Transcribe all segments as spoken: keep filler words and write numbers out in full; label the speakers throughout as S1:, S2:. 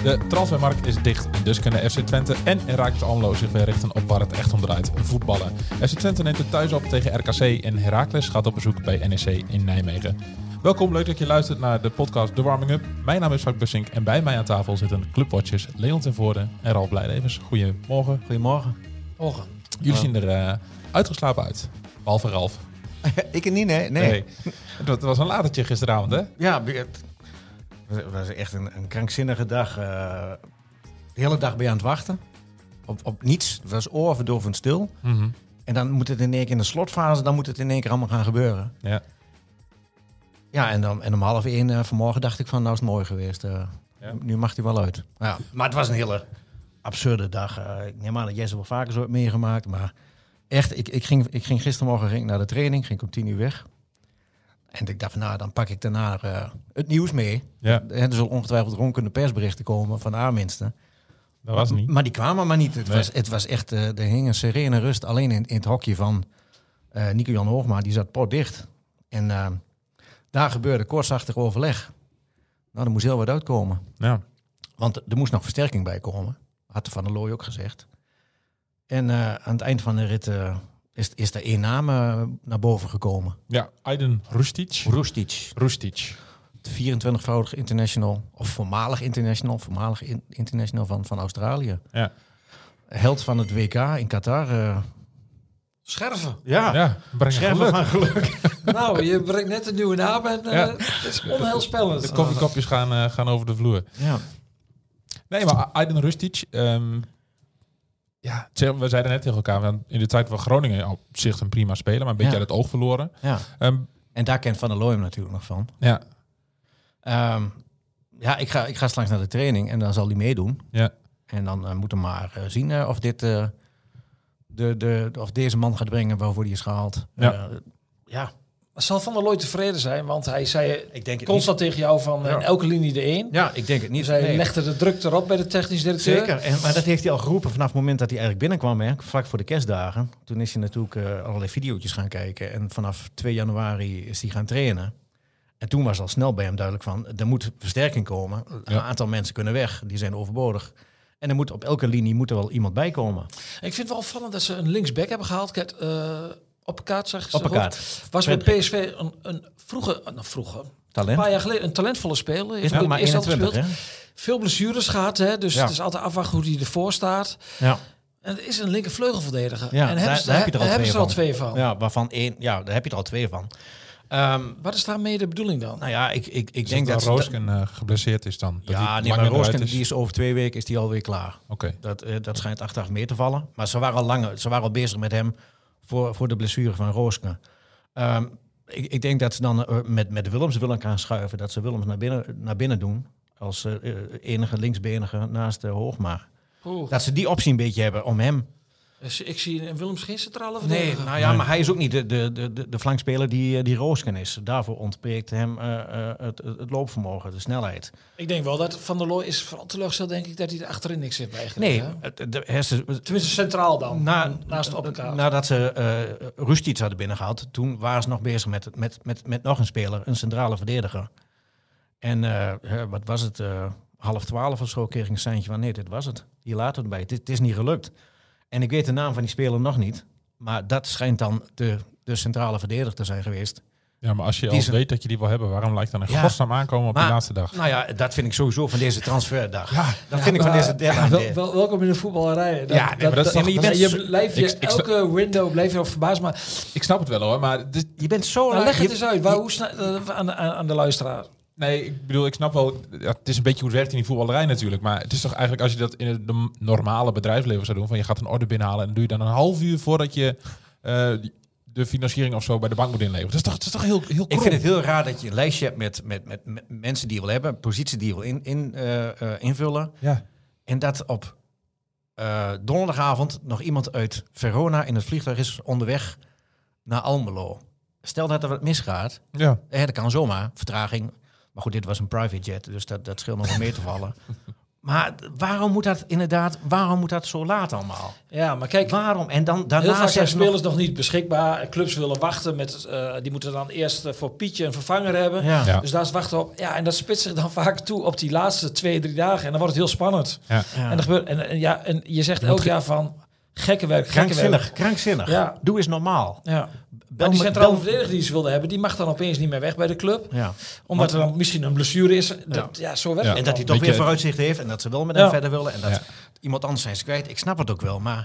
S1: De transfermarkt is dicht en dus kunnen F C Twente en Heracles Almelo zich weer richten op waar het echt om draait, voetballen. F C Twente neemt het thuis op tegen R K C en Heracles gaat op bezoek bij N E C in Nijmegen. Welkom, leuk dat je luistert naar de podcast De Warming Up. Mijn naam is Frank Bussink en bij mij aan tafel zitten clubwatchers Leon ten Voorde en Ralf Blijdevens. Goedemorgen.
S2: Goedemorgen.
S3: Morgen.
S1: Jullie zien er uh, uitgeslapen uit, behalve Ralf.
S2: Ik niet, nee. nee.
S1: nee. Het was een latertje gisteravond, hè?
S2: Ja, het was echt een, een krankzinnige dag. Uh, de hele dag ben je aan het wachten. Op, op niets. Het was oorverdovend stil.
S1: Mm-hmm.
S2: En dan moet het in één keer in de slotfase, dan moet het in één keer allemaal gaan gebeuren.
S1: Ja.
S2: Ja, en, dan, en om half één uh, vanmorgen dacht ik van, nou is het mooi geweest. Uh, ja. Nu mag hij wel uit. Ja, maar het was een hele absurde dag. Uh, ik neem aan dat jij ze wel vaker zo hebt meegemaakt. Maar echt, ik, ik, ging, ik ging gistermorgen ging naar de training, ging ik om tien uur weg. En ik dacht van, nou, dan pak ik daarna uh, het nieuws mee.
S1: Ja.
S2: Er zullen ongetwijfeld ronkende persberichten komen van A-minsten.
S1: Dat was niet.
S2: Maar die kwamen maar niet. Het, nee. was, het was echt, uh, er hing een serene rust alleen in, in het hokje van uh, Nico-Jan Hoogma. Die zat potdicht. En uh, daar gebeurde kortsachtig overleg. Nou, er moest heel wat uitkomen.
S1: Ja.
S2: Want er moest nog versterking bij komen. Had Van der Looy ook gezegd. En uh, aan het eind van de rit uh, is, is er één naam uh, naar boven gekomen.
S1: Ja, Aydin Rustic.
S2: Rustic.
S1: Rustic.
S2: vierentwintigvoudig international, of voormalig international, voormalig in, international van, van Australië.
S1: Ja.
S2: Held van het W K in Qatar. Uh.
S3: Scherven.
S2: Ja,
S1: ja breng
S2: Scherven
S1: geluk.
S2: van geluk.
S3: Nou, je brengt net een nieuwe naam en uh, ja. Het is onheilspellend.
S1: De koffiekopjes gaan, uh, gaan over de vloer.
S2: Ja.
S1: Nee, maar Aydin Rustic... Um, ja, we zeiden net tegen elkaar, in de tijd van Groningen op zich een prima speler, maar een beetje ja. uit het oog verloren.
S2: Ja. Um, en daar kent Van der Looy hem natuurlijk nog van.
S1: Ja.
S2: Um, ja, ik ga, ik ga straks naar de training en dan zal hij meedoen.
S1: Ja.
S2: En dan uh, moeten we maar uh, zien uh, of, dit, uh, de, de, of deze man gaat brengen waarvoor hij is gehaald.
S1: Ja.
S2: Uh, ja.
S3: Maar zal Van der Looy tevreden zijn? Want hij zei
S2: ik denk
S3: constant tegen jou van ja. in elke linie de één.
S2: Ja, ik denk het niet.
S3: Dus hij
S2: nee.
S3: legde de druk erop bij de technisch directeur.
S2: Zeker, en, maar dat heeft hij al geroepen vanaf het moment dat hij eigenlijk binnenkwam. Hè, vlak voor de kerstdagen. Toen is hij natuurlijk uh, allerlei video's gaan kijken. En vanaf twee januari is hij gaan trainen. En toen was al snel bij hem duidelijk van, er moet versterking komen. Een ja. aantal mensen kunnen weg, die zijn overbodig. En er moet op elke linie moet er wel iemand bij komen.
S3: Ik vind het wel opvallend dat ze een linksback hebben gehaald. Kijk, uh, op een kaart zeg je
S2: Op een kaart.
S3: Was bij P S V een, een vroeger, nou vroeger,
S2: talent.
S3: Een paar jaar geleden een talentvolle speler. Heeft
S2: ja, maar eenentwintig, hè?
S3: Veel blessures gehad, hè? Dus ja. het is altijd afwachten hoe hij ervoor staat.
S2: Ja.
S3: En het is een linker vleugelverdediger.
S2: Ja,
S3: en
S2: daar,
S3: hebben ze,
S2: daar heb je er al,
S3: hebben
S2: twee,
S3: ze er al
S2: van.
S3: twee van.
S2: Ja, waarvan één. Ja, daar heb je er al twee van. Um,
S3: Wat is daarmee de bedoeling dan?
S2: Nou ja, ik, ik, ik
S1: is
S2: denk dat...
S1: dat Roosken uh, geblesseerd is dan? Dat
S2: ja, nee, maar Roosken die is over twee weken is die alweer klaar.
S1: Oké. Okay.
S2: Dat, uh, dat schijnt achteraf mee te vallen. Maar ze waren al lang, ze waren al bezig met hem voor, voor de blessure van Roosken. Um, ik, ik denk dat ze dan uh, met, met Willems willen gaan schuiven. Dat ze Willems naar binnen, naar binnen doen. Als uh, enige linksbenige naast uh, Hoogma. Oeh. Dat ze die optie een beetje hebben om hem...
S3: Dus ik zie in Willems geen centrale verdediger.
S2: Nee, nou ja, nee. maar hij is ook niet de, de, de, de flankspeler die, die Roosken is. Daarvoor ontbreekt hem uh, uh, het, het loopvermogen, de snelheid.
S3: Ik denk wel dat Van der Looy is vooral teleurgesteld, denk ik, dat hij er achterin niks heeft bijgekregen.
S2: Nee, de, de, hersen,
S3: tenminste centraal dan,
S2: na,
S3: naast de opperkaart.
S2: Nadat ze uh, Rustic hadden binnengehaald, toen waren ze nog bezig met, met, met, met nog een speler, een centrale verdediger. En uh, wat was het, uh, half twaalf of zo kreeg ik een seintje van nee, dit was het. Hier laat het bij, het, het is niet gelukt. En ik weet de naam van die speler nog niet. Maar dat schijnt dan de, de centrale verdediger te zijn geweest.
S1: Ja, maar als je al zijn... weet dat je die wil hebben, waarom lijkt dan een ja, godsnaam aankomen op
S2: maar,
S1: de laatste dag?
S2: Nou ja, dat vind ik sowieso van deze transferdag.
S1: Ja,
S2: dat
S3: ja,
S2: vind ik
S3: maar,
S2: van deze deadline.
S3: Ja, wel, wel, welkom in de voetballerij. Dat,
S1: ja, nee, maar dat is
S3: dat,
S1: toch,
S3: je,
S1: bent,
S3: je blijft je,
S1: ik, ik,
S3: elke ik, window blijf je op verbaasd. Maar
S1: ik snap het wel hoor, maar dit,
S2: je bent zo...
S3: Nou, leg het
S2: je,
S3: eens uit, waar, hoe snel, uh, aan, de, aan de luisteraar.
S1: Nee, ik bedoel, ik snap wel, ja, het is een beetje hoe het werkt in die voetballerij natuurlijk, maar het is toch eigenlijk als je dat in het de normale bedrijfsleven zou doen, van je gaat een orde binnenhalen en dan doe je dan een half uur voordat je uh, de financiering of zo bij de bank moet inleveren. Dat is toch, dat is toch heel, heel krom.
S2: Ik vind het heel raar dat je een lijstje hebt met, met, met, met mensen die je wil hebben, posities die je wil in, in, uh, uh, invullen.
S1: Ja.
S2: En dat op uh, donderdagavond nog iemand uit Verona in het vliegtuig is onderweg naar Almelo. Stel dat er wat misgaat,
S1: ja.
S2: eh, dat kan zomaar, vertraging. Maar goed, dit was een private jet, dus dat, dat scheelt nog wel mee te vallen. Maar waarom moet dat inderdaad, waarom moet dat zo laat allemaal?
S3: Ja, maar kijk,
S2: Waarom? En dan
S3: heel
S2: daarna
S3: vaak zijn
S2: zeggen ze nog-
S3: spelers nog niet beschikbaar. Clubs willen wachten met, uh, die moeten dan eerst uh, voor Pietje een vervanger hebben.
S2: Ja.
S1: Ja.
S3: Dus daar is wachten op. Ja, en dat spitst zich dan vaak toe op die laatste twee, drie dagen. En dan wordt het heel spannend.
S1: Ja.
S2: Ja.
S3: En, er gebeurt, en, en, ja, en je zegt elk jaar van gekke werk, gekke
S2: Krankzinnig,
S3: werk.
S2: krankzinnig.
S3: Ja.
S2: Doe eens normaal.
S3: Ja.
S2: Bel
S3: Maar die
S2: me-
S3: centrale
S2: bel-
S3: verdediger die ze wilden hebben, die mag dan opeens niet meer weg bij de club.
S2: Ja.
S3: Omdat er dan misschien een blessure is. Dat, ja. zo werkt
S1: Ja.
S3: het
S2: En dat hij
S3: dan.
S2: toch
S1: Weet
S2: weer
S1: je-
S2: vooruitzicht heeft en dat ze wel met
S3: Ja.
S2: hem verder willen en dat
S1: Ja.
S2: iemand anders zijn ze kwijt. Ik snap het ook wel, maar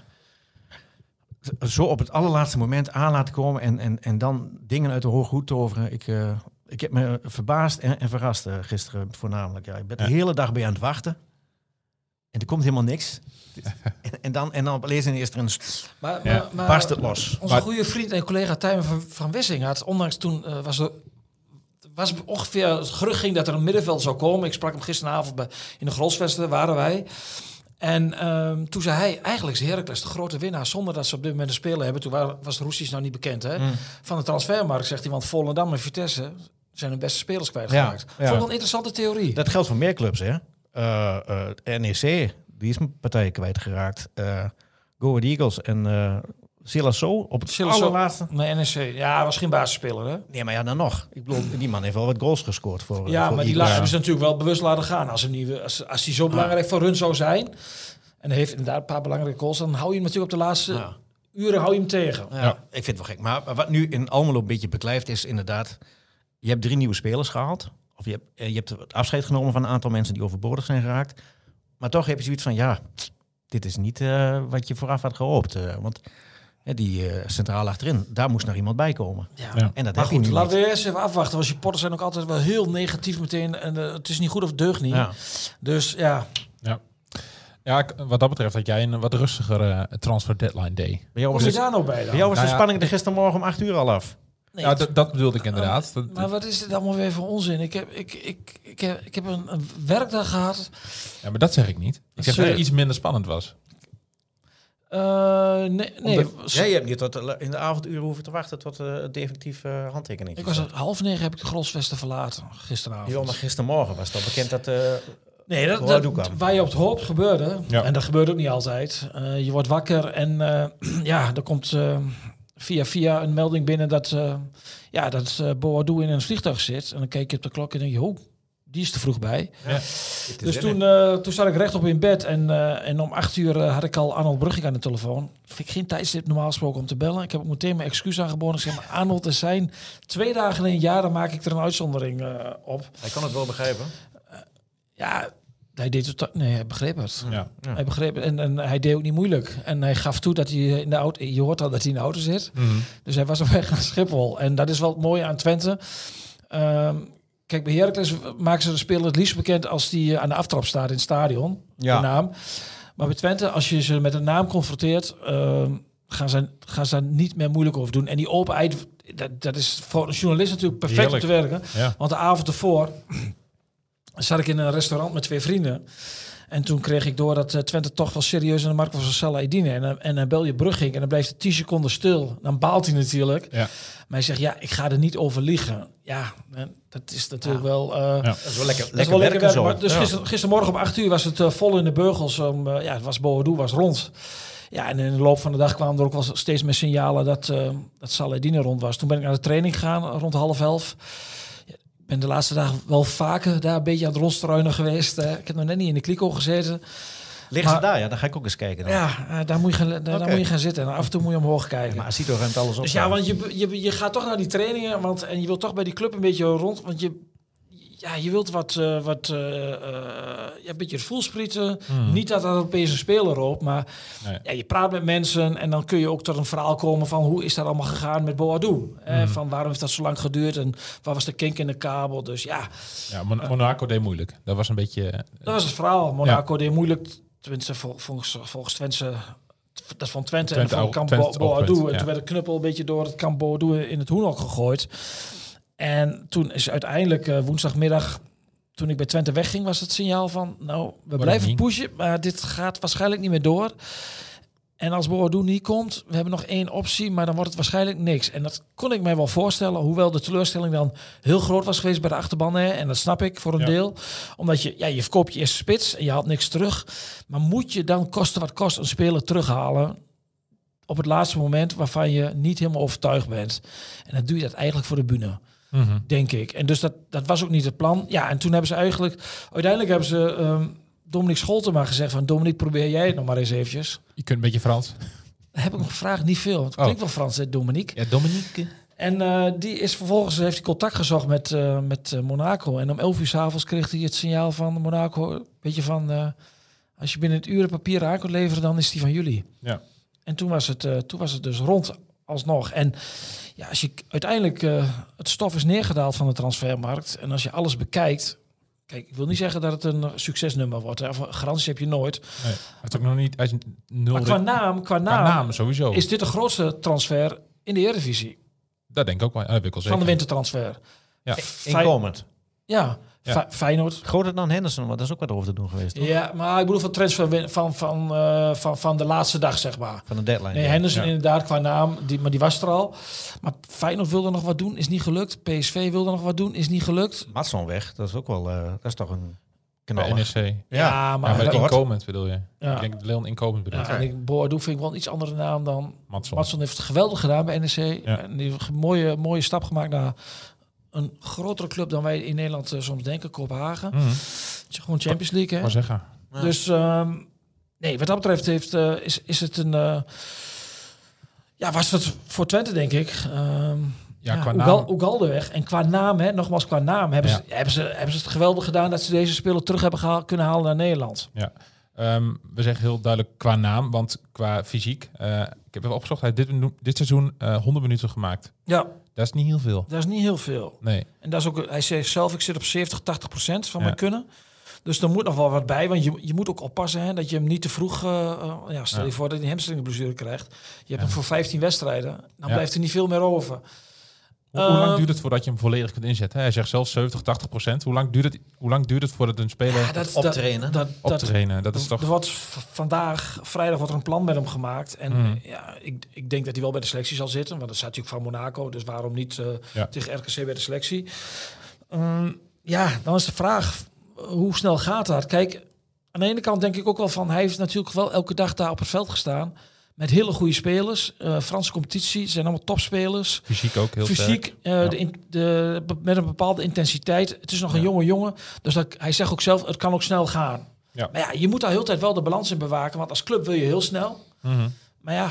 S2: zo op het allerlaatste moment aan laten komen en, en, en dan dingen uit de hoge hoed toveren. Ik, uh, ik heb me verbaasd en, en verrast uh, gisteren voornamelijk. Ja, ik ben
S1: Ja.
S2: de hele dag bij aan het wachten en er komt helemaal niks. en, en dan en dan opeens is er een st-
S3: Maar,
S1: Ja.
S3: maar, maar
S2: barst het los.
S3: onze
S1: Maar-
S3: goede vriend en collega Tijmen van, van Wissing had, ondanks toen uh, was er was ongeveer het gerucht ging dat er een middenveld zou komen. Ik sprak hem gisteravond bij, in de Grolsvesten, waren wij. En um, toen zei hij, eigenlijk is Heracles de grote winnaar, zonder dat ze op dit moment een speler hebben. Toen waren, was Roestic nog niet bekend, hè?
S2: Mm.
S3: Van de transfermarkt, zegt hij, want Volendam en Vitesse zijn hun beste spelers kwijtgeraakt.
S2: Ja,
S3: Vond
S2: ja.
S3: ik wel een interessante theorie.
S2: Dat geldt voor meer clubs, hè? Uh, uh, N E C, die is een partij kwijtgeraakt. Uh, Go Ahead Eagles en uh, Silasso op het
S3: Silasso.
S2: allerlaatste.
S3: Nee, N E C. Ja, was geen basisspeler, hè?
S2: Nee, maar ja, dan nog. Ik bedoel, die man heeft wel wat goals gescoord voor.
S3: Ja,
S2: voor
S3: maar die
S2: Eagles.
S3: la- hebben ze natuurlijk wel bewust laten gaan. Als, hem niet, als, als die zo belangrijk voor hun zou zijn, en hij heeft inderdaad een paar belangrijke goals, dan hou je hem natuurlijk op de laatste
S2: Ja.
S3: uren hou je hem tegen.
S2: Ja,
S1: Ja.
S2: ik vind het wel gek. Maar wat nu in Almelo een beetje beklijft is inderdaad, je hebt drie nieuwe spelers gehaald. Of je hebt, eh, je hebt het afscheid genomen van een aantal mensen die overbodig zijn geraakt. Maar toch heb je zoiets van, ja, dit is niet uh, wat je vooraf had gehoopt. Uh, want uh, die uh, centraal achterin, daar moest nog iemand bij komen.
S3: Ja.
S1: Ja.
S2: En dat
S3: Maar
S2: heb je
S3: goed,
S2: nu
S3: laten
S2: niet.
S3: we eerst even afwachten. Want supporters zijn ook altijd wel heel negatief meteen. En uh, het is niet goed of het deugt niet.
S2: Ja.
S3: Dus ja,
S1: Ja. Ja, ik- wat dat betreft had jij een wat rustigere uh, transfer deadline day.
S2: Bij jou
S3: hoe
S2: was,
S3: is
S2: het,
S3: je daar nou bij dan?
S2: bij jou was
S1: Nou
S2: de
S1: ja,
S2: spanning er gistermorgen om acht uur al af.
S3: Nee,
S1: Ja,
S3: het-
S1: dat, dat bedoelde ik inderdaad. Dat-
S3: maar wat is dit allemaal weer voor onzin? Ik heb, ik, ik, ik heb, ik heb een, een werkdag gehad.
S1: ja, maar dat zeg ik niet. Ik zeg dat het
S3: Sorry.
S1: iets minder spannend was.
S3: Uh, nee, nee.
S2: Omdat, jij hebt niet tot de- in de avonduren hoeven te wachten tot uh, definitief uh, handtekening.
S3: Ik was om half negen heb ik de Grolsvesten verlaten gisteravond.
S2: Ja, maar gistermorgen was het al bekend dat... Uh,
S3: Nee, dat,
S2: Hoe
S3: dat,
S2: doe ik aan?
S3: waar je op het hoopt gebeurde.
S1: Ja.
S3: En dat gebeurt ook niet altijd. Uh, je wordt wakker en uh, ja, er komt uh, via via een melding binnen dat, uh, ja, dat uh, Boadu in een vliegtuig zit. En dan kijk je op de klok en denk je, oh, die is te vroeg bij.
S1: Ja.
S3: Dus toen, uh, toen zat ik rechtop in bed en, uh, en om acht uur uh, had ik al Arnold Brugging aan de telefoon. Vind ik geen tijdstip normaal gesproken om te bellen. Ik heb ook meteen mijn excuus aangeboden. Ik zeg, maar Arnold, er zijn twee dagen in een jaar, dan maak ik er een uitzondering uh, op.
S2: Hij kan het wel begrijpen.
S3: Ja, hij deed het. Nee, hij begreep het.
S1: Ja.
S2: Ja.
S3: Hij begreep het. En, en hij deed ook niet moeilijk. En hij gaf toe dat hij in de auto. Je hoort al dat hij in de auto zit.
S1: Mhm.
S3: Dus hij was op weg naar Schiphol. En dat is wel het mooie aan Twente. Um, kijk, bij Heracles maken ze de speler het liefst bekend als die aan de aftrap staat in het stadion.
S2: Ja.
S3: De naam. Maar bij Twente, als je ze met een naam confronteert, um, gaan ze gaan ze daar niet meer moeilijk over doen. En die openheid, dat, dat is voor een journalist natuurlijk perfect
S1: Heerlijk.
S3: om te werken.
S1: Ja.
S3: Want de avond ervoor zat ik in een restaurant met twee vrienden. En toen kreeg ik door dat uh, Twente toch wel serieus in de markt was van Salah Eddine. En, uh, en dan bel je Brugging en dan blijft het tien seconden stil. Dan baalt hij natuurlijk.
S1: Ja.
S3: Maar hij zegt, ja, ik ga er niet over liegen. Ja, en dat is natuurlijk
S2: Ja.
S3: wel... Uh,
S1: Ja.
S2: Dat is wel lekker,
S3: dat is
S2: lekker
S3: wel
S2: werken
S3: lekker
S2: zo.
S3: werken. Maar dus
S2: Ja.
S3: gister, gistermorgen om acht uur was het uh, vol in de beugels. Om, uh, ja, het was Boadu, was rond. Ja, en in de loop van de dag kwamen er ook wel steeds meer signalen dat, uh, dat Salah Eddine rond was. Toen ben ik naar de training gegaan, rond half elf. Ik ben de laatste dagen wel vaker daar een beetje aan het rondstruinen geweest. Uh, ik heb nog net niet in de kliko gezeten.
S2: Liggen ze
S3: Maar-
S2: daar? Ja, dan ga ik ook eens kijken. Dan.
S3: Ja, uh, daar, moet je gaan, daar, daar
S2: Oké.
S3: moet je gaan zitten. En af en toe moet je omhoog kijken.
S2: Ja, maar Asito ruimt alles op.
S3: Dus ja, want je, je, je gaat toch naar die trainingen, want en je wilt toch bij die club een beetje rond, want je, ja, je wilt wat, uh, wat, uh, uh, ja, een beetje het voelsprieten.
S1: Mhm.
S3: Niet dat er opeens een speler loopt, maar
S1: Nee.
S3: ja, je praat met mensen en dan kun je ook tot een verhaal komen van hoe is dat allemaal gegaan met Boadu. Eh,
S1: Mhm.
S3: van waarom heeft dat zo lang geduurd en waar was de kink in de kabel. Dus ja,
S1: Ja, Mon- Monaco deed moeilijk. Dat was een beetje... eh,
S3: dat was het verhaal. Monaco deed moeilijk, tenminste vol, volgens, volgens Twente. Dat van Twente,
S1: Twente
S3: en van
S1: ook-
S3: kamp
S1: Twente
S3: Bo- Boadu.
S1: oogpunt,
S3: En
S1: ja.
S3: toen werd de knuppel een beetje door het kamp Boadu in het hoenhok gegooid. En toen is uiteindelijk uh, woensdagmiddag, toen ik bij Twente wegging, was het signaal van, nou, we blijven
S1: niet?
S3: pushen, maar dit gaat waarschijnlijk niet meer door. En als Boadu niet komt, we hebben nog één optie, maar dan wordt het waarschijnlijk niks. En dat kon ik mij wel voorstellen, hoewel de teleurstelling dan heel groot was geweest bij de achterban. Hè, en dat snap ik voor een
S1: Ja.
S3: deel. Omdat je, ja, je verkoopt je eerste spits en je haalt niks terug. Maar moet je dan kosten wat kost een speler terughalen op het laatste moment waarvan je niet helemaal overtuigd bent? En dan doe je dat eigenlijk voor de bühne.
S1: Mm-hmm.
S3: Denk ik. En dus dat, dat was ook niet het plan. Ja, en toen hebben ze eigenlijk... Uiteindelijk hebben ze um, Dominique Scholten maar gezegd van... Dominique, probeer jij het nog maar eens eventjes.
S1: Je kunt een beetje Frans.
S3: Dat heb ik nog gevraagd, niet veel. Het klinkt wel Frans, hè, Dominique.
S1: Ja, Dominique.
S3: En uh, die is vervolgens heeft hij contact gezocht met, uh, met uh, Monaco. En om elf uur 's avonds kreeg hij het signaal van Monaco. Weet je van... Uh, als je binnen het uur papier aan kunt leveren, dan is die van jullie.
S1: Ja.
S3: En toen was het, uh, toen was het dus rond alsnog. En ja, als je uiteindelijk uh, het stof is neergedaald van de transfermarkt en als je alles bekijkt, kijk, ik wil niet zeggen dat het een succesnummer wordt. Hè. Of garanties heb je nooit.
S1: Nee, hij is ook nog niet. Hij is nul.
S3: Maar qua naam, qua naam,
S1: qua naam sowieso.
S3: is dit de grootste transfer in de Eredivisie
S1: Dat denk ik ook wel. Ja, dat weet ik wel zeker.
S3: van de wintertransfer.
S1: Ja.
S3: Fey-
S2: Inkomend.
S3: Ja,
S1: Ja.
S3: Fe- Feyenoord.
S2: Groter dan Henderson, want dat is ook wat over te doen geweest, toch?
S3: Ja, maar ik bedoel van transfer win- van, van, uh, van, van de laatste dag, zeg maar.
S2: Van de deadline.
S3: Nee, Henderson
S1: Ja.
S3: inderdaad qua naam, die, maar die was er al. Maar Feyenoord wilde nog wat doen, is niet gelukt. P S V wilde nog wat doen, is niet gelukt.
S2: Maatson weg, dat is ook wel, uh, dat is toch een
S1: Bij
S2: knaller.
S1: N E C. Ja,
S3: Ja, maar...
S1: maar
S3: dat-
S1: inkomend bedoel je.
S3: Ja.
S1: Ik denk dat Leon inkomend bedoelt.
S3: Ja, en ik, Boadu vind ik wel een iets andere naam dan...
S1: Matson.
S3: Matson heeft het geweldig gedaan bij N E C.
S1: Ja.
S3: En die heeft een mooie, mooie stap gemaakt naar een grotere club dan wij in Nederland uh, soms denken, Kopenhagen.
S1: Mhm.
S3: Het is gewoon Champions League, hè?
S1: Maar zeggen.
S2: Ja.
S3: Dus um, nee, wat dat betreft heeft, uh, is, is het een... Uh, ja, was het voor Twente, denk ik. Um,
S1: Ja,
S3: ja,
S1: qua
S3: Ugal,
S1: naam.
S3: Ugalde weg. En qua naam, hè, nogmaals qua naam, hebben,
S1: Ja.
S3: ze, hebben, ze, hebben ze het geweldig gedaan dat ze deze speler terug hebben gehaald, kunnen halen naar Nederland.
S1: Ja. Um, we zeggen heel duidelijk qua naam, want qua fysiek. Uh, ik heb even opgezocht, hij heeft dit, dit seizoen uh, honderd minuten gemaakt.
S3: Ja,
S1: Dat is niet heel veel.
S3: dat is niet heel veel.
S1: Nee.
S3: En dat is ook, hij zegt zelf, ik zit op zeventig, tachtig procent van
S1: Ja.
S3: mijn kunnen. Dus er moet nog wel wat bij, want je, je moet ook oppassen hè, dat je hem niet te vroeg... Uh, uh, ja, stel je
S1: Ja.
S3: voor dat hij een hamstringblessure krijgt. Je hebt
S1: Ja.
S3: hem voor vijftien wedstrijden. Dan
S1: Ja.
S3: blijft er niet veel meer over.
S1: Hoe, hoe lang
S3: Uh,
S1: duurt het voordat je hem volledig kunt inzetten? Hij zegt zelf zeventig, tachtig procent. Hoe lang duurt het, hoe lang duurt het voordat een speler
S3: Ja, dat,
S2: optrainen.
S3: Dat, dat, dat,
S1: optrainen? Dat is toch...
S3: Er wordt v- vandaag, vrijdag, wordt er een plan met hem gemaakt. En
S1: Mhm.
S3: ja, ik, ik denk dat hij wel bij de selectie zal zitten. Want dat staat natuurlijk van Monaco. Dus waarom niet uh,
S1: Ja.
S3: tegen R K C bij de selectie? Um, ja, dan is de vraag, hoe snel gaat dat? Kijk, aan de ene kant denk ik ook wel van... Hij heeft natuurlijk wel elke dag daar op het veld gestaan. Met hele goede spelers. Uh, Franse competitie, zijn allemaal topspelers.
S1: Fysiek ook heel
S3: Fysiek,
S1: sterk.
S3: uh,
S1: Ja.
S3: de in, de, met een bepaalde intensiteit. Het is nog een
S1: Ja.
S3: jonge jongen. Dus dat, hij zegt ook zelf, het kan ook snel gaan.
S1: Ja.
S3: Maar ja, je moet daar heel de tijd wel de balans in bewaken. Want als club wil je heel snel.
S1: Mhm.
S3: Maar ja,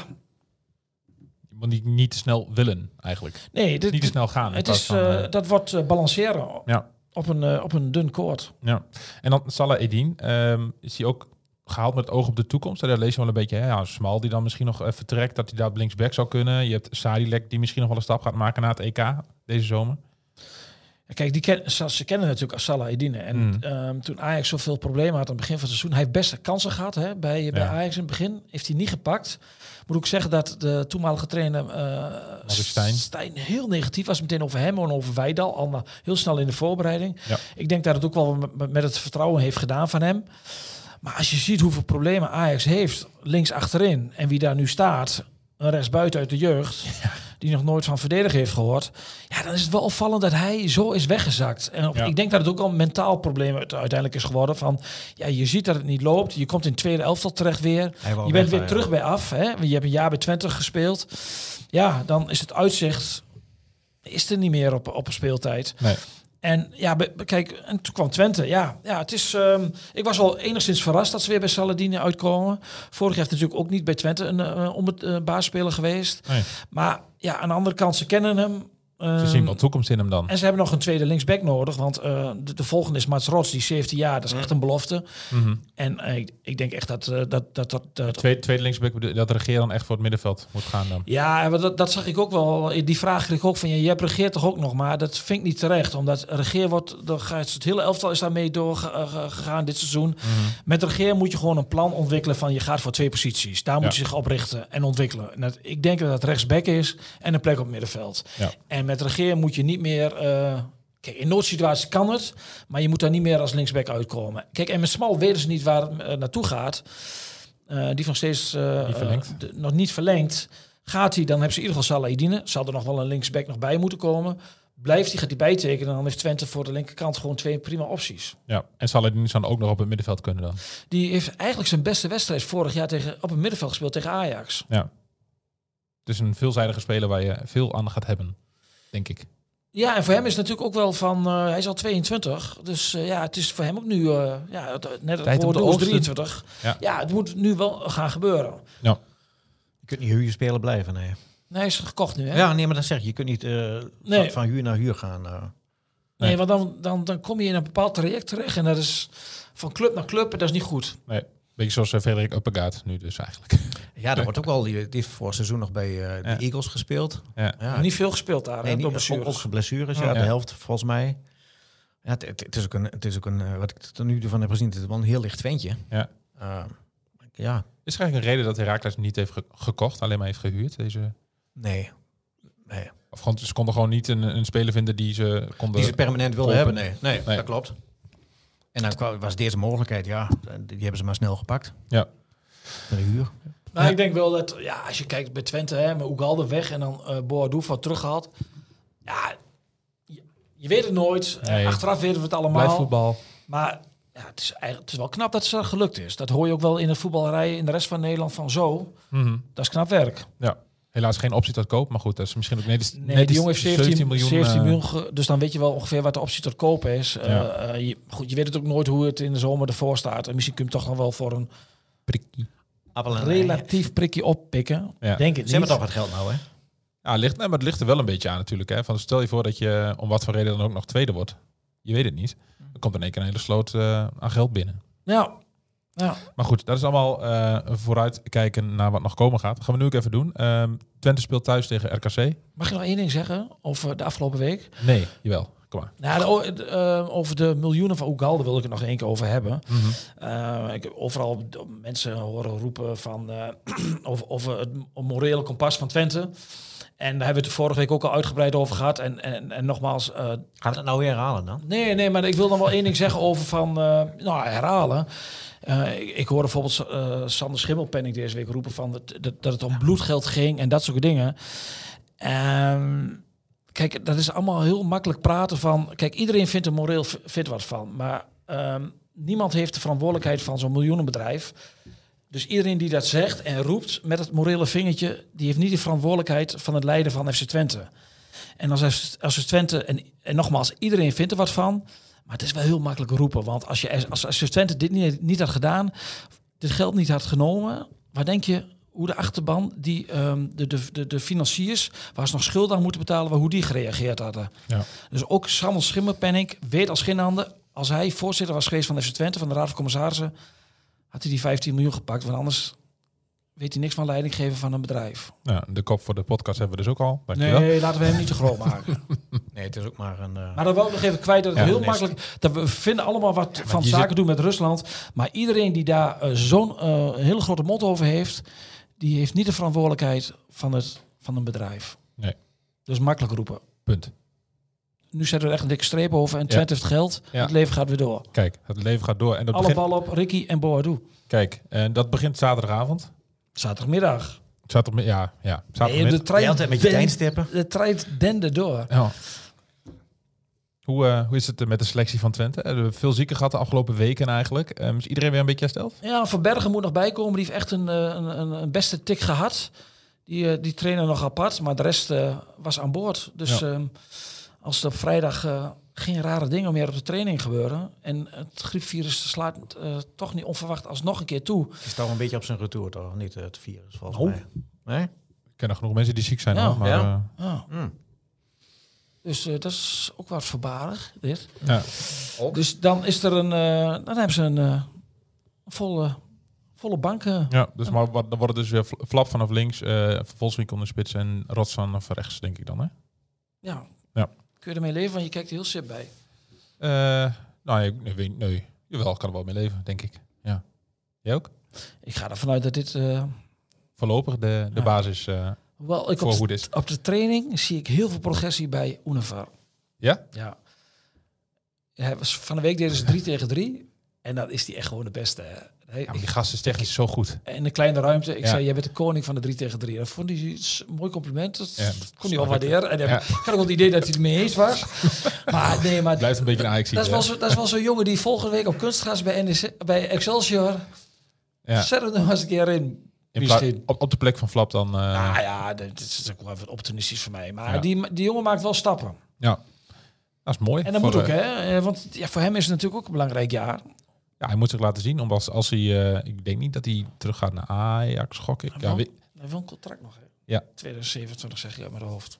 S1: Je moet niet, niet te snel willen, eigenlijk.
S3: nee, dit,
S1: Niet te snel gaan. in
S3: het
S1: plaats
S3: is,
S1: van,
S3: uh,
S1: uh,
S3: dat wordt uh, balanceren
S1: ja.
S3: op, een, uh, op een dun koord.
S1: Ja. En dan Salah Eddin. Um, is hij ook gehaald met het oog op de toekomst? Daar lees je wel een beetje, hè, ja, Smal die dan misschien nog uh, vertrekt, dat hij daar op linksback zou kunnen. Je hebt Sadilek die misschien nog wel een stap gaat maken na het E K deze zomer.
S3: Kijk, die ken, ze kennen natuurlijk Salah Eddin. En
S1: Mm.
S3: um, toen Ajax zoveel problemen had aan het begin van het seizoen... hij heeft best kansen gehad hè, bij, bij
S1: Ja.
S3: Ajax in het begin. Heeft hij niet gepakt. Moet ook zeggen dat de toenmalige trainer uh,
S1: Maurice Stijn.
S3: Stijn heel negatief was. Meteen over hem en over Wijndal. Al heel snel in de voorbereiding.
S1: Ja.
S3: Ik denk dat het ook wel met, met het vertrouwen heeft gedaan van hem. Maar als je ziet hoeveel problemen Ajax heeft links achterin... en wie daar nu staat, een rechtsbuiten uit de jeugd... Ja. die nog nooit van verdedigen heeft gehoord... ja, dan is het wel opvallend dat hij zo is weggezakt. En op,
S1: Ja.
S3: ik denk dat het ook al een mentaal probleem uiteindelijk is geworden. Van, ja, je ziet dat het niet loopt. Je komt in het tweede elftal terecht weer. Je bent weer terug bij af. Hè? Je hebt een jaar bij Twente gespeeld. Ja, dan is het uitzicht... is er niet meer op, op een speeltijd.
S1: Nee.
S3: En ja, be, be, kijk, en toen kwam Twente. Ja, ja het is. Um, ik was wel enigszins verrast dat ze weer bij Saladini uitkomen. Vorig jaar heeft natuurlijk ook niet bij Twente een uh, om het uh, baasspeler geweest.
S1: Nee.
S3: Maar ja, aan de andere kant, ze kennen hem. Um,
S1: Ze zien wel toekomst in hem dan.
S3: En ze hebben nog een tweede linksback nodig. Want uh, de, de volgende is Mats Rots, die zeventien jaar. Dat is echt een belofte.
S1: Mm-hmm.
S3: En uh, ik, ik denk echt dat... Uh, dat, dat, dat, dat
S1: tweede, tweede linksback, dat Regeer dan echt voor het middenveld moet gaan dan.
S3: Ja, dat, dat zag ik ook wel. Die vraag kreeg ik ook van, ja, jij regeert toch ook nog? Maar dat vind ik niet terecht. Omdat Regeer wordt... Het hele elftal is daarmee doorgegaan dit seizoen.
S1: Mm-hmm.
S3: Met Regeer moet je gewoon een plan ontwikkelen van... je gaat voor twee posities. Daar moet
S1: Ja.
S3: je zich op richten en ontwikkelen. En dat, ik denk dat dat rechtsback is en een plek op het middenveld.
S1: Ja.
S3: En met Regeer moet je niet meer... Uh, Kijk, in noodsituaties kan het, maar je moet daar niet meer als linksback uitkomen. Kijk, en met Smal weten ze niet waar het uh, naartoe gaat. Uh, die van steeds uh,
S1: niet verlengd.
S3: uh, de, nog niet verlengd. Gaat hij, dan hebben ze in ieder geval Salahidine. Zal er nog wel een linksback nog bij moeten komen. Blijft hij, gaat hij bijtekenen, dan heeft Twente voor de linkerkant gewoon twee prima opties.
S1: Ja, en Salahidine zou ook nog op het middenveld kunnen dan.
S3: Die heeft eigenlijk zijn beste wedstrijd vorig jaar tegen, op het middenveld gespeeld tegen Ajax.
S1: Ja. Het is een veelzijdige speler waar je veel aan gaat hebben, denk ik.
S3: Ja, en voor hem is het natuurlijk ook wel van... Uh, hij is al tweeëntwintig, dus uh, ja, het is voor hem ook nu... Uh, ja, net
S1: Tijd om
S3: het
S1: de
S3: woord
S1: oogsten.
S3: drieëntwintig.
S1: Ja.
S3: ja, het moet nu wel gaan gebeuren.
S1: Ja.
S2: Je kunt niet huurspeler blijven, nee.
S3: Nee, hij is gekocht nu, hè?
S2: Ja, nee, maar dat zeg je. Je kunt niet uh,
S3: Nee.
S2: van, van huur naar huur gaan. Uh.
S3: Nee,
S1: Nee.
S3: want dan, dan, dan kom je in een bepaald traject terecht. En dat is van club naar club, en dat is niet goed.
S1: Nee, beetje zoals uh, Frederik Uppegaard nu dus eigenlijk.
S2: Ja, dat wordt ook wel... Die, die heeft voor seizoen nog bij uh, de
S1: Ja.
S2: Eagles gespeeld.
S1: Ja.
S2: Ja,
S3: Niet veel gespeeld daar,
S2: nee,
S3: hè,
S2: niet,
S3: door
S2: ook,
S3: blessures.
S2: ook geblessures, ja,
S1: Ja.
S2: de helft volgens mij. Ja, het, het, het is ook een... Het is ook een uh, wat ik er nu van heb gezien, het is wel een heel licht ventje.
S1: Ja.
S2: Uh, ja,
S1: Is er eigenlijk een reden dat Heracles niet heeft ge- gekocht, alleen maar heeft gehuurd? Deze...
S2: nee. Nee.
S1: Of gewoon, ze konden gewoon niet een, een speler vinden die ze konden...
S2: Die ze permanent wilden
S1: kopen.
S2: hebben, nee. nee.
S1: Nee.
S2: Dat klopt. En dan kwam- was deze mogelijkheid, ja, die hebben ze maar snel gepakt.
S1: Ja.
S2: Van de huur.
S3: Nou,
S1: Ja.
S3: ik denk wel dat, ja, als je kijkt bij Twente, hè, met Ugalde weg en dan uh, Boadou wat teruggehaald. Ja, je, je weet het nooit.
S1: Nee.
S3: Uh, achteraf weten we het allemaal.
S1: Blijf voetbal.
S3: Maar ja, het, is eigenlijk, het is wel knap dat het gelukt is. Dat hoor je ook wel in de voetballerij in de rest van Nederland van zo.
S1: Mm-hmm.
S3: Dat is knap werk.
S1: Ja. Helaas geen optie tot koop, maar goed, dat is misschien ook net,
S3: Nee,
S1: net
S3: die jongen heeft zeventien miljoen. zeventien
S1: uh,
S3: miljoen ge- dus dan weet je wel ongeveer wat de optie tot kopen is. Uh,
S1: Ja.
S3: uh, je, goed, je weet het ook nooit hoe het in de zomer ervoor staat. En misschien kun je hem toch nog wel voor een
S1: prikkie.
S2: Appel en
S3: relatief prikje oppikken.
S1: Ja.
S3: Denk het
S2: Ze hebben
S3: niet.
S2: toch wat geld nou, hè?
S1: Ja, ligt, nee, maar het ligt er wel een beetje aan natuurlijk. Hè. Van, stel je voor dat je om wat voor reden dan ook nog tweede wordt. Je weet het niet. Dan komt in één keer een hele sloot uh, aan geld binnen.
S3: Ja. Ja.
S1: Maar goed, dat is allemaal uh, vooruitkijken naar wat nog komen gaat. Dat gaan we nu ook even doen. Um, Twente speelt thuis tegen R K C.
S3: Mag je nog één ding zeggen over de afgelopen week?
S1: Nee, jawel. Kom maar.
S3: Nou, de, de, uh, over de miljoenen van Ugalde wil ik het nog één keer over hebben.
S1: Mm-hmm.
S3: Uh, ik heb overal mensen horen roepen van uh, over, over het morele kompas van Twente. En daar hebben we het vorige week ook al uitgebreid over gehad. En, en, en nogmaals... Uh,
S2: Gaat het nou weer herhalen dan?
S3: Nee, nee, maar ik wil dan wel één ding zeggen over van... Uh, nou, herhalen. Uh, ik, ik hoorde bijvoorbeeld uh, Sander Schimmelpenninck deze week roepen van dat, dat, dat het om bloedgeld ging en dat soort dingen. Um, kijk, dat is allemaal heel makkelijk praten van... Kijk, iedereen vindt er moreel fit wat van. Maar um, niemand heeft de verantwoordelijkheid van zo'n miljoenenbedrijf. Dus iedereen die dat zegt en roept met het morele vingertje... die heeft niet de verantwoordelijkheid van het leiden van F C Twente. En als, als F C Twente... En, en nogmaals, iedereen vindt er wat van... Maar het is wel heel makkelijk roepen. Want als je als, als Twente dit niet, niet had gedaan... dit geld niet had genomen... waar denk je hoe de achterban... die um, de, de, de, de financiers... waar ze nog schulden aan moeten betalen... hoe die gereageerd hadden.
S1: Ja.
S3: Dus ook Sander Schimmelpenninck weet als geen ander... als hij voorzitter was geweest van F C Twente... van de Raad van Commissarissen... had hij die vijftien miljoen gepakt. Want anders weet hij niks van leiding geven van een bedrijf.
S1: Ja, de kop voor de podcast hebben we dus ook al. Dankjewel.
S3: Nee, laten we hem niet te groot maken.
S2: Nee, het is ook maar een... Uh...
S3: Maar dan wil ik nog even kwijt dat het
S1: Ja,
S3: heel
S2: nest.
S3: makkelijk... dat we vinden allemaal wat
S1: Ja,
S3: van
S1: je
S3: zaken
S1: zit-
S3: doen met Rusland. Maar iedereen die daar uh, zo'n uh, hele grote mond over heeft... die heeft niet de verantwoordelijkheid van, het, van een bedrijf.
S1: Nee.
S3: Dus makkelijk roepen.
S1: Punt.
S3: Nu zetten we er echt een dikke streep over. En
S1: Ja.
S3: Twente heeft geld.
S1: Ja.
S3: Het leven gaat weer door.
S1: Kijk, het leven gaat door. En dat
S3: Alle
S1: begint...
S3: bal op Ricky en Boadou.
S1: Kijk, en dat begint zaterdagavond.
S3: Zaterdagmiddag.
S1: Zaterdag, ja, ja.
S3: Nee,
S1: Zaterdagmiddag.
S3: de trein
S2: Je altijd met je
S3: den-
S2: tijdstippen.
S3: De trein dende door.
S1: Ja. Hoe, uh, hoe is het met de selectie van Twente? We hebben veel zieken gehad de afgelopen weken eigenlijk. Um, is iedereen weer een beetje hersteld?
S3: Ja, Van Bergen moet nog bijkomen. Die heeft echt een, uh, een, een, een beste tik gehad. Die, uh, die trainer nog apart, maar de rest uh, was aan boord. Dus
S1: Ja.
S3: um, als er op vrijdag uh, geen rare dingen meer op de training gebeuren... en het griepvirus slaat uh, toch niet onverwacht alsnog een keer toe.
S2: Het is toch een beetje op zijn retour, toch? Niet het virus, volgens
S3: Nou.
S2: mij. Nee?
S1: Ik ken nog genoeg mensen die ziek zijn.
S3: Ja.
S1: hoor, maar,
S2: Ja.
S1: uh,
S3: Ja.
S2: Mm.
S3: Dus uh, dat is ook wat voorbarig, dit.
S1: ja.
S3: Dus dan is er een... Uh, dan hebben ze een uh, volle, volle bank. Uh.
S1: ja, dus maar wat, dan wordt het dus weer Fl- Flap vanaf links, uh, Volswijk onder spits en Rots vanaf rechts, denk ik dan. Hè?
S3: Ja.
S1: Ja.
S3: Kun je ermee leven, want je kijkt er heel sip bij.
S1: Uh, nou, nee, nee, weet- nee. Jawel, ik kan er wel mee leven, denk ik. Ja. Jij ook?
S3: Ik ga ervan uit dat dit... Uh,
S1: Voorlopig de, de
S3: Ja.
S1: basis uh,
S3: hoewel ik
S1: voor
S3: op,
S1: hoe het is.
S3: op de training zie ik heel veel progressie bij Univar.
S1: Ja?
S3: Ja. Ja, was- van de week deden ze drie tegen drie. En dan is hij echt gewoon de beste. Hè. Hij,
S1: Ja, maar die gast is technisch zo goed.
S3: in een kleine ruimte. Ik
S1: Ja.
S3: zei, jij bent de koning van de drie tegen drie. Dat vond hij een mooi compliment. Dat
S1: Ja, dat
S3: kon hij wel
S1: snap ik.
S3: waarderen. En
S1: Ja.
S3: ik had ook wel het idee dat hij het mee eens was. maar nee, maar
S1: Blijft een beetje een Ajax.
S3: dat is, wel zo, dat is wel zo'n jongen die volgende week op kunstgras bij, N E C, bij Excelsior...
S1: Ja.
S3: Zet hem er maar eens een keer in.
S1: In pla-
S3: Misschien.
S1: op, op de plek van Flap dan. Uh,
S3: Nou ja, dat is ook wel even opportunistisch voor mij. Maar
S1: Ja.
S3: die, die jongen maakt wel stappen.
S1: ja, dat is mooi.
S3: En dat
S1: Voor,
S3: moet ook,
S1: eh,
S3: hè? Want ja, voor hem is het natuurlijk ook een belangrijk jaar.
S1: Ja, hij moet zich laten zien. Omdat als, als hij, uh, ik denk niet dat hij terug gaat naar Ajax, gok ik.
S3: Hij
S1: Ja,
S3: wil-
S1: wie-
S3: Hij heeft wel een contract nog, hè?
S1: Ja.
S3: tweeduizend zevenentwintig zeg je uit mijn hoofd.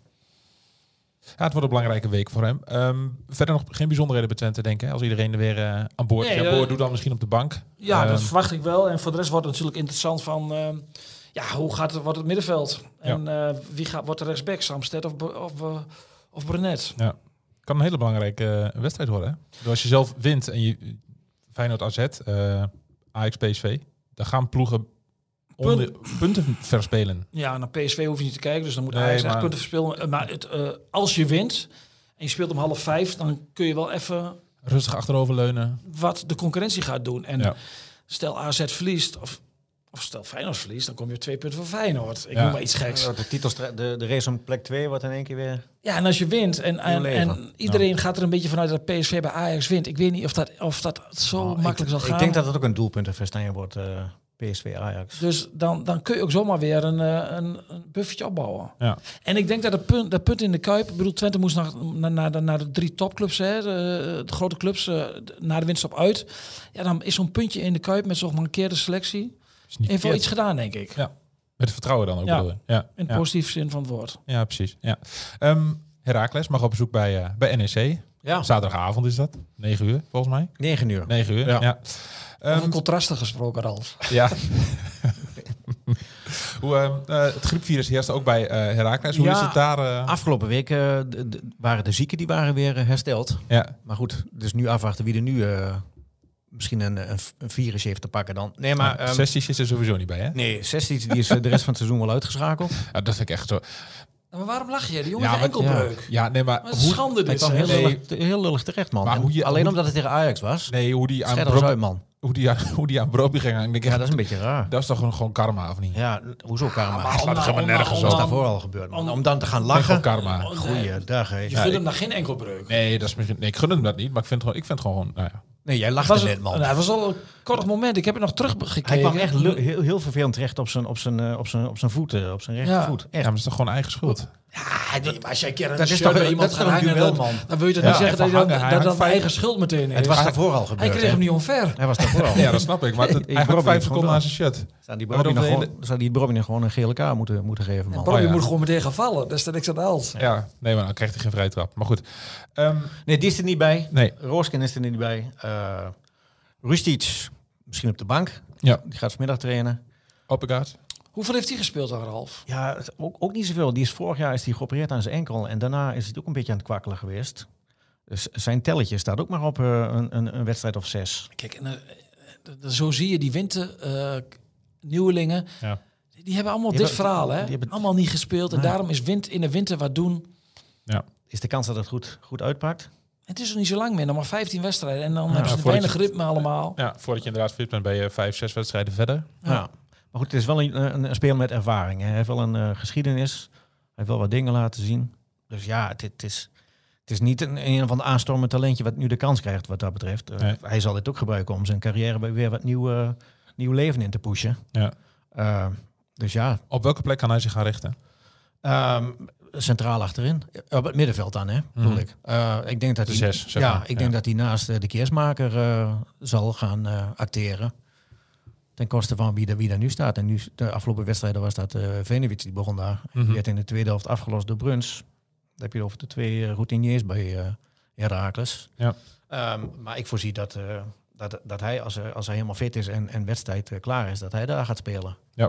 S1: ja, het wordt een belangrijke week voor hem. Um, verder nog geen bijzonderheden bij Twente, denk ik. Als iedereen er weer uh, aan boord is.
S3: Nee,
S1: Ja,
S3: uh,
S1: boord doet dan misschien op de bank.
S3: Ja,
S1: Ehm,
S3: dat verwacht ik wel. En voor de rest wordt het natuurlijk interessant van... ehm, ja, hoe gaat het, wordt het middenveld? En eh, wie gaat, wordt de rechtsback? Samsted of, Br- of, uh, of Brenet?
S1: Ja. Kan een hele belangrijke uh, wedstrijd worden. Hè? Dus als je zelf wint en je Feyenoord A Z, uh, Ajax P S V, dan gaan ploegen onder, punten verspelen.
S3: Ja, naar P S V hoef je niet te kijken. Dus dan moet
S1: Nee,
S3: Ajax echt
S1: maar-
S3: punten verspelen. Maar het, uh, als je wint en je speelt om half vijf... dan kun je wel even
S1: Rustig achteroverleunen.
S3: wat de concurrentie gaat doen. En
S1: Ja.
S3: stel A Z verliest... of Of stel Feyenoord verliest, dan kom je op twee punten voor Feyenoord. Ik
S1: Ja.
S3: noem maar iets geks.
S2: Ja, de, titelstra- de, de race om plek twee wordt in één keer weer...
S3: Ja, en als je wint en, en,
S2: leven.
S3: en iedereen gaat er een beetje vanuit dat P S V bij Ajax wint. Ik weet niet of dat, of dat zo
S2: Oh,
S3: makkelijk
S2: ik,
S3: zal gaan.
S2: Ik denk dat het ook een doelpuntenverstijging wordt, uh, P S V Ajax.
S3: Dus dan, dan kun je ook zomaar weer een, eh, een, een buffertje opbouwen.
S1: Ja.
S3: En ik denk dat het punt, dat punt in de Kuip... Ik bedoel, Twente moest naar, naar, naar, de, naar de drie topclubs, hè, de, de grote clubs, uh, naar de winst op uit. Ja, dan is zo'n puntje in de Kuip met zo'n gemankeerde selectie...
S1: Is niet
S3: heeft wel
S1: verkeerd.
S3: iets gedaan, denk ik.
S1: Ja. Met vertrouwen dan ook.
S3: Ja.
S1: bedoel je. Ja.
S3: In
S1: ja.
S3: positieve zin van het woord.
S1: Ja, precies. Ja. Um, Heracles mag op bezoek bij, uh, bij N E C.
S2: Ja,
S1: Zaterdagavond is dat. negen uur, volgens mij.
S2: negen uur.
S1: negen uur,
S2: Ja.
S1: ja. Um,
S3: Over contrasten gesproken, Ralf.
S1: ja. Hoe, um, uh, het griepvirus heerst ook bij uh, Heracles. Hoe
S2: Ja,
S1: is het daar? Uh...
S2: Afgelopen week uh, de, de, waren de zieken die waren weer uh, hersteld.
S1: Ja.
S2: Maar goed, dus nu afwachten wie er nu uh, misschien een, een, een virus heeft te pakken dan. Nee, maar...
S1: Uh,
S2: Um,
S1: Sesties is er sowieso niet bij, hè?
S2: nee, Sesties die is uh, de rest van het seizoen wel uitgeschakeld.
S1: Ja, dat vind ik echt zo.
S3: Maar waarom lach je? Die jongen
S1: Ja,
S3: heeft
S1: maar-
S3: enkelbreuk.
S1: Ja, nee, maar
S3: Wat een
S1: hoe,
S3: schande
S2: Hij
S3: dit.
S2: kwam
S3: hè?
S2: heel,
S1: Nee.
S2: lullig, heel lullig terecht, man.
S1: Maar
S2: En
S1: hoe je-
S2: alleen
S1: hoe-
S2: omdat het tegen Ajax was.
S1: nee, hoe die aan
S2: Schijt er eens
S1: Brob,
S2: uit, man.
S1: hoe die aan, hoe die aan Brobbey ging hangen. Ik denk
S2: Ja,
S1: echt,
S2: dat is een beetje raar.
S1: dat is toch gewoon, gewoon karma, of niet?
S2: Ja, hoezo karma?
S3: maar
S2: dat
S3: om
S1: slaat
S3: nou-
S1: helemaal
S3: om
S1: nergens
S3: nou-
S1: op.
S2: is
S3: om
S2: daarvoor
S3: nou-
S2: al gebeurd, man.
S3: om-
S2: Om dan te gaan
S1: Geen gewoon
S2: lachen.
S1: karma.
S2: Goeiedag, hè.
S3: Je
S1: Ja,
S3: gunt
S1: ik-
S3: hem naar geen enkelbreuk.
S1: Nee, dat is misschien, nee, ik gun hem dat niet, maar ik vind, gewoon, ik vind het gewoon... Nou ja.
S2: Nee, jij
S3: Het
S2: lachte
S3: was,
S2: net,
S3: een,
S2: man.
S3: nou, het was al een kort moment. Ik heb het nog teruggekeken.
S2: Hij kwam echt lu- heel, heel vervelend terecht op zijn, op zijn, uh, op zijn, op zijn voeten, op zijn rechtervoet.
S1: ja,
S2: Echt.
S1: maar het is toch gewoon eigen schuld?
S3: Ja, nee, maar als jij een keer een
S2: Dat is
S3: shirt
S2: toch-
S3: bij
S2: dat
S3: iemand
S2: is
S3: gaat
S2: toch een
S3: hangen,
S2: duel,
S3: dan,
S2: man?
S3: dan wil je toch
S1: Ja,
S3: niet zeggen dat
S1: even
S3: je dan,
S1: hangen. Hij
S3: dat dat
S1: hangt
S3: de
S1: vijf-
S3: eigen schuld meteen is.
S2: Het was
S3: hij
S2: daarvoor al gebeurd.
S3: kreeg hem
S2: hè.
S3: niet omver.
S2: Hij was daarvoor al.
S1: Ja, dat snap ik. Maar het,
S2: Ik- ik
S1: hij had
S2: probeer
S1: vijf
S2: het
S1: seconden
S2: gewoon
S1: aan zijn shirt.
S2: Zou die
S1: Maar
S2: Brobby
S1: dat
S2: nog,
S1: hele-
S2: gewoon- zou die Brobby nog gewoon een gele kaart moeten, moeten geven, man?
S3: Bobby
S1: ja.
S3: moet gewoon meteen gaan vallen. Dat is er niks aan de hand.
S1: Ja, nee, maar dan krijgt hij geen vrije trap. Maar goed. Um,
S2: Nee, die is er niet bij.
S1: nee,
S2: Rooskin is er niet bij. Uh, Rustic, misschien op de bank.
S1: ja.
S2: Die gaat vanmiddag trainen.
S1: Oppegaard.
S3: Hoeveel heeft hij gespeeld dan, Ralf?
S2: Ja, het- ook, ook niet zoveel. Die is vorig jaar is die geopereerd aan zijn enkel. En daarna is het ook een beetje aan het kwakkelen geweest. Dus zijn telletje staat ook maar op uh, een, een, een wedstrijd of zes.
S3: Kijk, en, uh, uh, zo zie je die winter uh, nieuwelingen.
S1: Ja.
S3: Die hebben allemaal
S2: Die
S3: dit
S2: hebben-
S3: verhaal, hè?
S2: die hebben-
S3: Allemaal niet gespeeld. En
S2: Nee.
S3: daarom is wind in de winter wat doen.
S2: Is de kans dat het goed, goed uitpakt?
S3: Het is nog niet zo lang meer, nog maar vijftien wedstrijden. En dan
S1: Ja,
S3: hebben ze
S1: voordat
S3: weinig
S1: je-
S3: ritme allemaal.
S1: Ja, voordat je inderdaad fit bent, ben je vijf, zes wedstrijden verder.
S2: Ja. Maar goed, het is wel een, een, een speler met ervaring. Hè. Hij heeft wel een uh, geschiedenis. Hij heeft wel wat dingen laten zien. Dus ja, het, het, is, het is niet een, een van de aanstormend talentje wat nu de kans krijgt wat dat betreft. Uh,
S1: Nee.
S2: Hij zal dit ook gebruiken om zijn carrière bij weer wat nieuw, uh, nieuw leven in te pushen.
S1: Ja.
S2: Uh, dus ja,
S1: Op welke plek kan hij zich gaan richten?
S2: um, centraal achterin. Op het middenveld dan, hè, bedoel
S1: Mhm.
S2: ik. Uh, ik denk dat
S1: De
S2: hij,
S1: zes, zeg
S2: ja,
S1: maar.
S2: ik
S1: Ja.
S2: denk dat hij naast uh, de keersmaker uh, zal gaan uh, acteren. Ten koste van wie er, wie er nu staat. En nu, de afgelopen wedstrijden was dat uh, Venewits die begon daar.
S1: Mhm.
S2: Die werd in de tweede helft afgelost door Bruns. Dan heb je over de twee uh, routiniers bij uh, Heracles.
S1: Ja.
S2: Um, maar ik voorzie dat, uh, dat, dat hij, als, uh, als hij helemaal fit is en, en wedstrijd uh, klaar is, dat hij daar gaat spelen.
S1: Ja.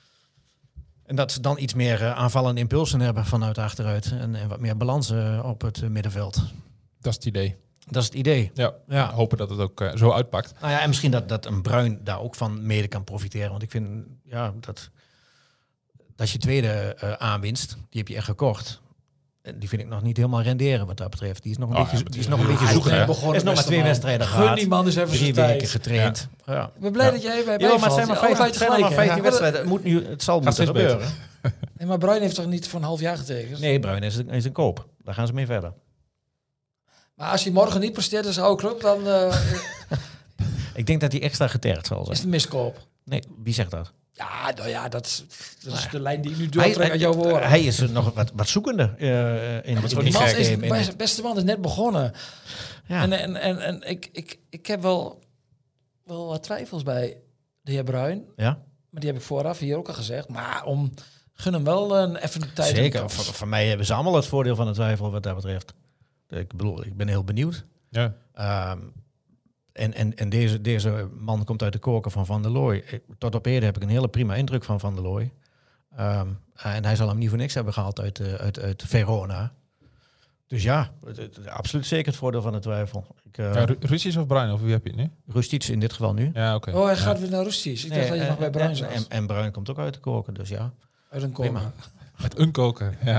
S2: En dat ze dan iets meer uh, aanvallende impulsen hebben vanuit achteruit. En, en wat meer balans uh, op het uh, middenveld.
S1: Dat is het idee.
S2: Dat is het idee.
S1: Ja,
S2: Ja.
S1: hopen dat het ook uh, zo uitpakt.
S2: Nou ja, en misschien dat, dat een Bruin daar ook van mede kan profiteren. Want ik vind ja, dat, dat je tweede uh, aanwinst, die heb je echt gekocht. die vind ik nog niet helemaal renderen wat dat betreft. Die is nog een
S1: Oh,
S2: beetje,
S1: ja,
S2: die is nog een
S1: ja,
S2: beetje
S1: hij is
S2: zoeken.
S1: net
S2: Hij
S3: begonnen,
S2: is nog maar
S3: beste
S2: twee
S3: man.
S2: wedstrijden
S3: Gun
S2: gehad.
S3: die man dus even
S2: Drie
S3: zijn tijd.
S2: weken getraind. Ja.
S3: Ik ben blij dat jij bij
S2: Ja, maar het
S3: bijvalt.
S2: zijn maar
S3: Allebei
S2: vijf, het zijn maar
S3: tegelijk, hè?
S2: vijftien wedstrijden. Het, moet nu, het zal moeten
S1: steeds
S2: gebeuren.
S1: beter.
S3: Nee, maar Bruin heeft toch niet voor een half jaar getekend?
S2: Nee, Bruin is, is een koop. Daar gaan ze mee verder.
S3: Maar als hij morgen niet presteert als oude club, dan uh,
S2: Ik denk dat hij extra getergd zal
S3: is
S2: zijn.
S3: het een miskoop.
S2: Nee, wie zegt dat?
S3: Ja, nou ja, dat, is- dat is de lijn die ik nu
S2: Hij,
S3: doortrek aan jouw woorden.
S2: hij is nog wat, wat zoekende uh, in het
S1: ook
S3: Die
S1: niet
S3: man
S1: gek.
S3: is,
S2: in het-
S3: best- beste man is net begonnen.
S2: Ja.
S3: En, en, en, en ik, ik, ik heb wel, wel wat twijfels bij de heer Bruin.
S2: Ja?
S3: Maar die heb ik vooraf hier ook al gezegd. Maar om, gun hem wel een even de tijd. en
S2: Zeker.
S3: kans.
S2: Voor, voor mij hebben ze allemaal het voordeel van de twijfel wat dat betreft. Ik bedoel, ik ben heel benieuwd.
S1: Ja.
S2: Um, en en, en deze, deze man komt uit de koker van Van der Looy. Ik, tot op heden heb ik een hele prima indruk van Van der Looy. Um, en hij zal hem niet voor niks hebben gehaald uit, uh, uit, uit Verona. Dus ja, het, het, absoluut zeker het voordeel van de twijfel. Ik, uh,
S1: Ja, Ru- Russisch of Bruin? Of wie heb je het nu?
S2: Rustic in dit geval nu.
S1: Ja, oké.
S3: Oh, hij
S1: Ja.
S3: gaat weer naar Rustisch. Ik dacht
S2: Nee,
S3: dat je
S2: en,
S3: nog bij Bruin
S2: en,
S3: zat.
S2: en, en Bruin komt ook uit de koker, dus ja.
S3: Uit een
S2: prima.
S3: coma.
S1: Met een koker, ja.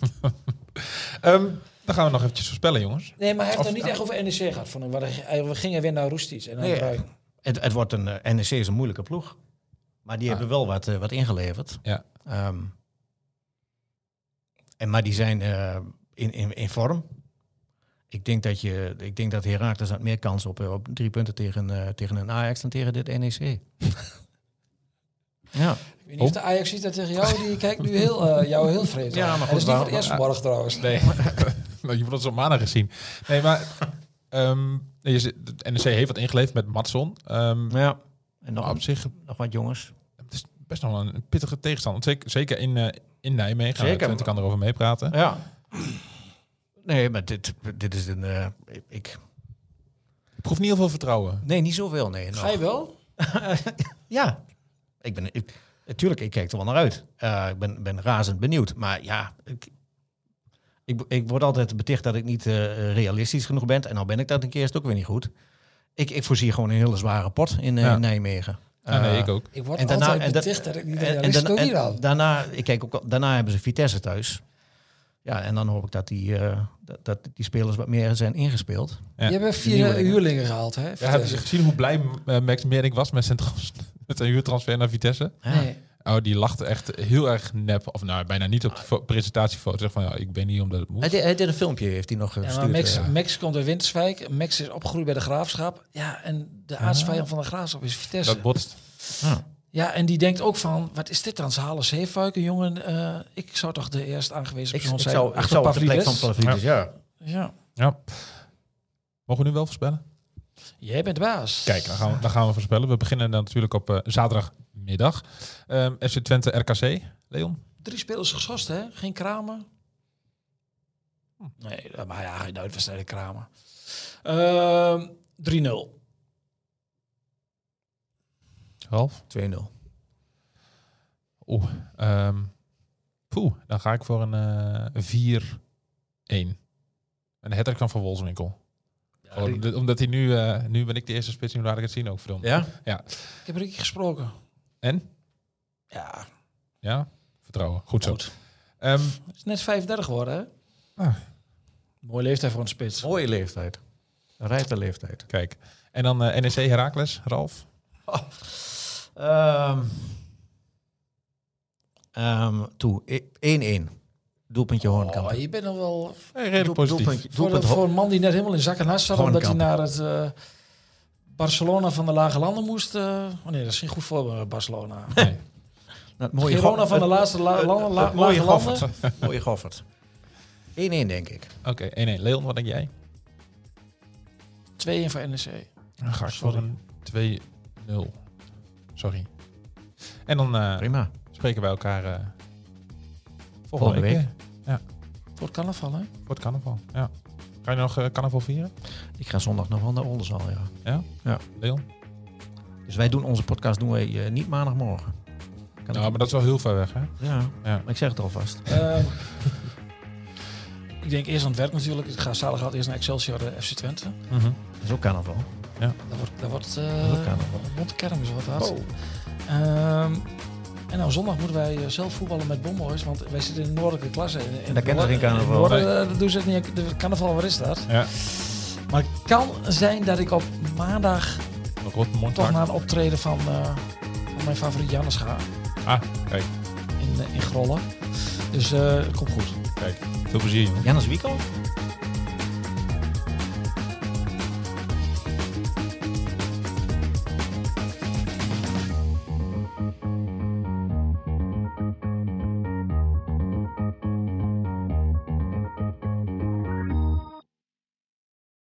S1: um, dan gaan we nog eventjes voorspellen, jongens.
S3: Nee, maar hij heeft
S1: Of-
S3: nog niet echt over N E C gehad. Van, hem. we gingen weer naar Rustisch en naar
S2: Nee,
S3: Bruin.
S2: Het, het wordt een uh, N E C is een moeilijke ploeg. Maar die
S1: Ah.
S2: hebben wel wat, uh, wat ingeleverd.
S1: Ja.
S2: Um, en, maar die zijn uh, in, in, in vorm. Ik denk dat, je, ik denk dat Heracles had meer kans op, uh, op drie punten tegen, uh, tegen een Ajax dan tegen dit N E C. Ja.
S3: Ik weet niet of de Ajax ziet dat tegen jou. Die kijkt nu heel, uh, jou heel vreemd
S2: Ja,
S3: aan.
S2: maar
S3: Dat is
S2: goed,
S3: niet
S2: waar-
S3: voor het eerst
S1: waar-
S3: vanmorgen trouwens.
S1: Nee, je wordt het op maandag gezien. Nee, maar um, je zit- de N E C heeft wat ingeleverd met Matson. Um,
S2: ja. En nog,
S1: maar op zich,
S2: nog wat jongens.
S1: het is best nog een pittige tegenstander. Zeker, zeker in, uh, in Nijmegen.
S2: Zeker.
S1: Twente kan erover meepraten.
S2: Ja. Nee, maar dit, dit is een... Uh, ik,
S1: Ik proef niet heel veel vertrouwen.
S2: nee, niet zoveel, nee. nog.
S3: Ga je wel?
S2: Ja. Ik ben... Ik, natuurlijk, ik kijk er wel naar uit. Uh, ik ben, ben razend benieuwd. Maar ja, ik, ik, ik word altijd beticht dat ik niet uh, realistisch genoeg ben. En nou ben ik dat een keer, is het ook weer niet goed. Ik, ik voorzie gewoon een hele zware pot in, uh,
S1: Ja.
S2: in Nijmegen.
S1: Ja, nee,
S2: Uh,
S1: ik ook.
S3: Ik word
S2: En daarna-
S3: altijd
S2: en dat-
S3: beticht dat ik niet
S2: En,
S3: ben.
S2: en,
S3: En,
S2: daarna,
S3: ook niet
S2: en
S3: al.
S2: daarna, ik kijk ook, al- daarna hebben ze Vitesse thuis. Ja, en dan hoop ik dat die, uh, dat, dat die spelers wat meer zijn ingespeeld.
S1: Ja.
S3: Je hebt
S2: De
S3: vier
S2: nieuwelingen.
S3: huurlingen gehaald, hè?
S1: Ja, hebben ze gezien hoe blij uh, Max Meerdink was met zijn trans- met een huurtransfer naar Vitesse?
S2: Ja.
S3: Nee.
S1: Oh, die lachte echt heel erg nep. Of nou, bijna niet op de fo- presentatiefoto. Zeg van, ja, ik ben hier omdat het moet.
S2: Hij, deed, hij deed een filmpje, heeft hij nog
S3: Ja,
S2: gestuurd.
S3: maar Max,
S2: uh,
S3: Max komt uit Winterswijk. Max is opgegroeid bij de Graafschap. Ja, en de aardsvijand van de Graafschap is Vitesse.
S1: Dat botst.
S2: ja.
S3: Ja, en die denkt ook van, wat is dit dan? Ze halen Zeefuiken, jongen. Uh, ik zou toch de eerst aangewezen
S2: Ik,
S3: persoon
S2: ik
S3: zijn.
S2: zou, ik
S3: achter
S2: zou op de plek van
S3: Pavlidis.
S2: Pavlidis, ja.
S3: Ja,
S1: Ja. Mogen we nu wel voorspellen?
S3: jij bent de baas.
S1: Kijk, dan gaan we, dan gaan we voorspellen. We beginnen dan natuurlijk op uh, zaterdagmiddag. Um, F C Twente R K C. Leon?
S3: Drie spelers geschorst, hè? Geen Kramer. Nee, maar ja, geen uitwedstrijden Kramer. Uh, drie nul.
S1: Ralf?
S2: twee nul.
S1: Oeh. Um, poeh, dan ga ik voor een uh, vier een. Een hattrick van Van Wolfswinkel. Gewoon, omdat- omdat hij nu... Uh, nu ben ik de eerste spits, nu laat ik het zien ook voor hem.
S2: Ja?
S3: Ik heb Ricky gesproken.
S1: En?
S3: Ja,
S1: Ja? Vertrouwen. Goed zo.
S3: goed.
S1: Um,
S3: Het is net vijfendertig geworden, hè?
S1: Ah.
S3: Mooie leeftijd voor een spits.
S2: Mooie leeftijd. Een rijpe leeftijd.
S1: kijk. En dan uh, N E C Heracles, Ralf?
S2: Um, um, toe, één één. Doelpuntje Hoornkamp.
S3: Oh, je bent nog wel...
S1: Hey, redelijk
S2: Doel-
S1: positief.
S2: doelpuntje-
S3: Voor,
S2: doelpunt
S3: de,
S2: Ho-
S3: voor een man die net helemaal in zak en as zat, omdat hij
S2: Hoornkamp.
S3: naar het uh, Barcelona van de Lage Landen moest. Uh, oh nee, dat is geen goed voorbeeld, Barcelona.
S1: Nee.
S2: Het mooie
S3: Girona
S2: Go-
S3: van de
S2: het-
S3: laatste la,
S2: het-
S3: landen, la,
S2: het mooie
S3: Lage Landen.
S2: Goffert. Mooie Goffert. één één denk ik.
S1: Oké, één één. Leon, wat denk jij?
S3: twee één voor N E C.
S1: Dan ga ik
S3: Sorry.
S1: voor een twee nul. Sorry. En dan uh,
S2: Prima.
S1: spreken wij elkaar uh, volgende,
S2: Volgende
S1: week.
S2: week.
S1: weer.
S3: Voor het carnaval, hè?
S1: Voor het carnaval. Ja. Ga je nog uh, carnaval vieren?
S2: Ik ga zondag nog wel naar Oldenzaal, ja.
S1: Ja?
S2: Ja.
S1: Leon?
S2: Dus wij doen onze podcast doen wij uh, niet maandagmorgen. Kan
S1: Nou,
S2: ik-
S1: maar dat is wel heel ver weg, hè?
S2: Ja,
S1: Ja.
S2: maar ik zeg het alvast.
S3: Uh, ik denk eerst aan het werk natuurlijk. Ik ga zaterdag altijd eerst naar Excelsior uh, F C Twente.
S1: Mm-hmm.
S2: Dat is ook carnaval.
S3: Dat wordt, dat wordt uh,
S2: Dat is ook carnaval.
S3: Monte Kermis wat
S2: Oh.
S3: wat. Ehm En nou, zondag moeten wij uh, zelf voetballen met Bomboys, want wij zitten in de noordelijke klasse. In, in
S2: Daar kennen ze geen carnaval.
S3: In Noorden, uh, dat doen ze het niet. De carnaval, waar is dat?
S1: Ja.
S3: Maar het kan zijn dat ik op maandag
S1: Nog wat
S3: toch
S1: mondvak.
S3: naar een optreden van, uh, van mijn favoriet Jannes ga.
S1: Ah, kijk.
S3: In, uh, in Grollen. Dus uh, het komt goed.
S1: Kijk. Veel plezier, jongen.
S2: Jannes Wiekel?